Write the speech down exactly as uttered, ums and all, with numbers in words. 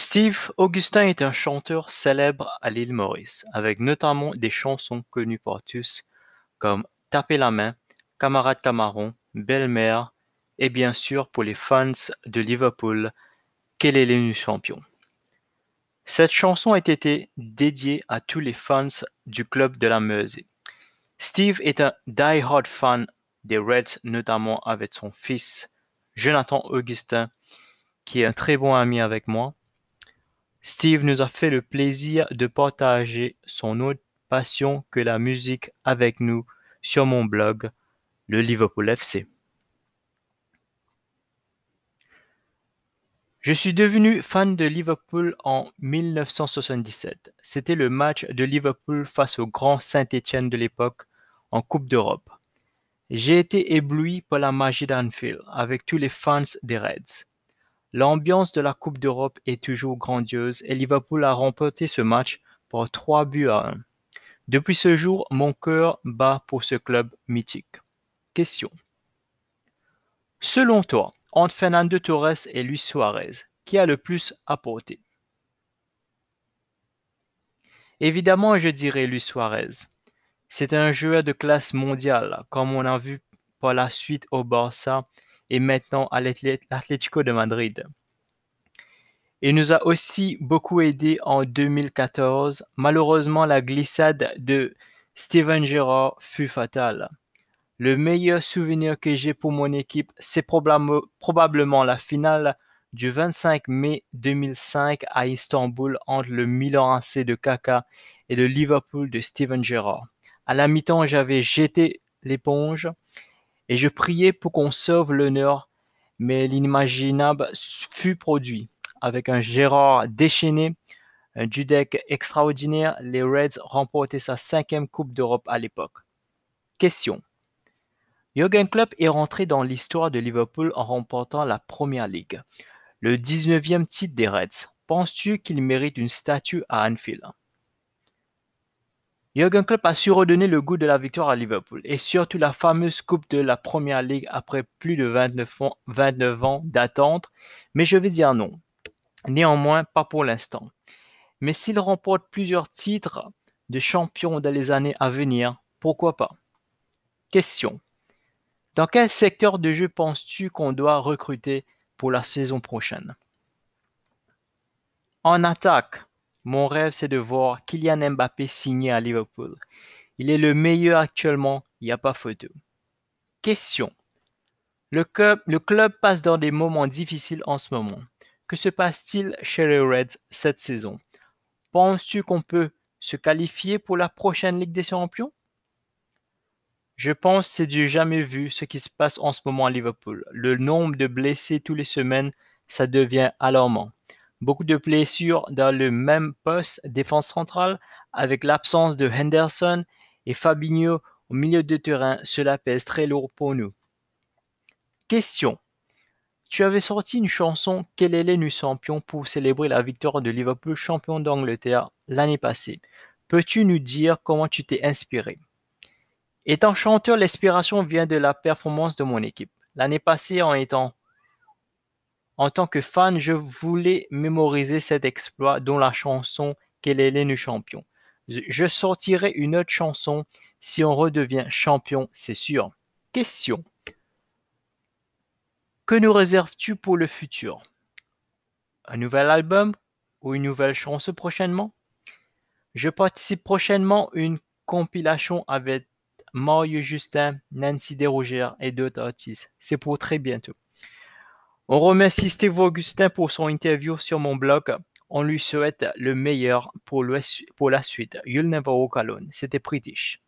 Steve Augustin est un chanteur célèbre à l'île Maurice, avec notamment des chansons connues par tous comme Taper la main, Camarade Camaron, Belle-Mère et bien sûr pour les fans de Liverpool, Quel est l'ennemi champion. Cette chanson a été dédiée à tous les fans du club de la Mersey. Steve est un die-hard fan des Reds, notamment avec son fils Jonathan Augustin, qui est un très bon ami avec moi. Steve nous a fait le plaisir de partager son autre passion que la musique avec nous sur mon blog, le Liverpool F C. Je suis devenu fan de Liverpool en mille neuf cent soixante-dix-sept. C'était le match de Liverpool face au grand Saint-Étienne de l'époque en Coupe d'Europe. J'ai été ébloui par la magie d'Anfield avec tous les fans des Reds. L'ambiance de la Coupe d'Europe est toujours grandiose et Liverpool a remporté ce match par trois buts à un. Depuis ce jour, mon cœur bat pour ce club mythique. Question. Selon toi, entre Fernando Torres et Luis Suarez, qui a le plus apporté? Évidemment, je dirais Luis Suarez. C'est un joueur de classe mondiale, comme on a vu par la suite au Barça et maintenant à l'Atlético de Madrid. Il nous a aussi beaucoup aidé en deux mille quatorze. Malheureusement, la glissade de Steven Gerrard fut fatale. Le meilleur souvenir que j'ai pour mon équipe, c'est probablement la finale du vingt-cinq mai deux mille cinq à Istanbul entre le Milan A C de Kaka et le Liverpool de Steven Gerrard. À la mi-temps, j'avais jeté l'éponge et je priais pour qu'on sauve l'honneur, mais l'inimaginable fut produit. Avec un Gerrard déchaîné, un Dudek extraordinaire, les Reds remportaient sa cinquième Coupe d'Europe à l'époque. Question. Jürgen Klopp est rentré dans l'histoire de Liverpool en remportant la Premier League, le dix-neuvième titre des Reds. Penses-tu qu'il mérite une statue à Anfield? Jürgen Klopp a su redonner le goût de la victoire à Liverpool et surtout la fameuse Coupe de la Premier League après plus de vingt-neuf ans d'attente, mais je vais dire non. Néanmoins, pas pour l'instant. Mais s'il remporte plusieurs titres de champion dans les années à venir, pourquoi pas? Question. Dans quel secteur de jeu penses-tu qu'on doit recruter pour la saison prochaine? En attaque, mon rêve c'est de voir Kylian Mbappé signer à Liverpool. Il est le meilleur actuellement, il n'y a pas photo. Question. Le club, le club passe dans des moments difficiles en ce moment. Que se passe-t-il chez les Reds cette saison? Penses-tu qu'on peut se qualifier pour la prochaine Ligue des Champions? Je pense que c'est du jamais vu ce qui se passe en ce moment à Liverpool. Le nombre de blessés toutes les semaines, ça devient alarmant. Beaucoup de blessures dans le même poste, défense centrale, avec l'absence de Henderson et Fabinho au milieu de terrain, cela pèse très lourd pour nous. Question. Tu avais sorti une chanson Quel est l'ennemi champion pour célébrer la victoire de Liverpool champion d'Angleterre l'année passée. Peux-tu nous dire comment tu t'es inspiré? Étant chanteur, l'inspiration vient de la performance de mon équipe. L'année passée, en étant en tant que fan, je voulais mémoriser cet exploit dont la chanson Quel est l'ennemi champion. Je sortirai une autre chanson si on redevient champion, c'est sûr. Question. Que nous réserves-tu pour le futur? Un nouvel album ou une nouvelle chanson prochainement? Je participe prochainement à une compilation avec Mario Justin, Nancy Desrosiers et d'autres artistes. C'est pour très bientôt. On remercie Steve Augustin pour son interview sur mon blog. On lui souhaite le meilleur pour, le, pour la suite. You'll never walk alone. C'était British.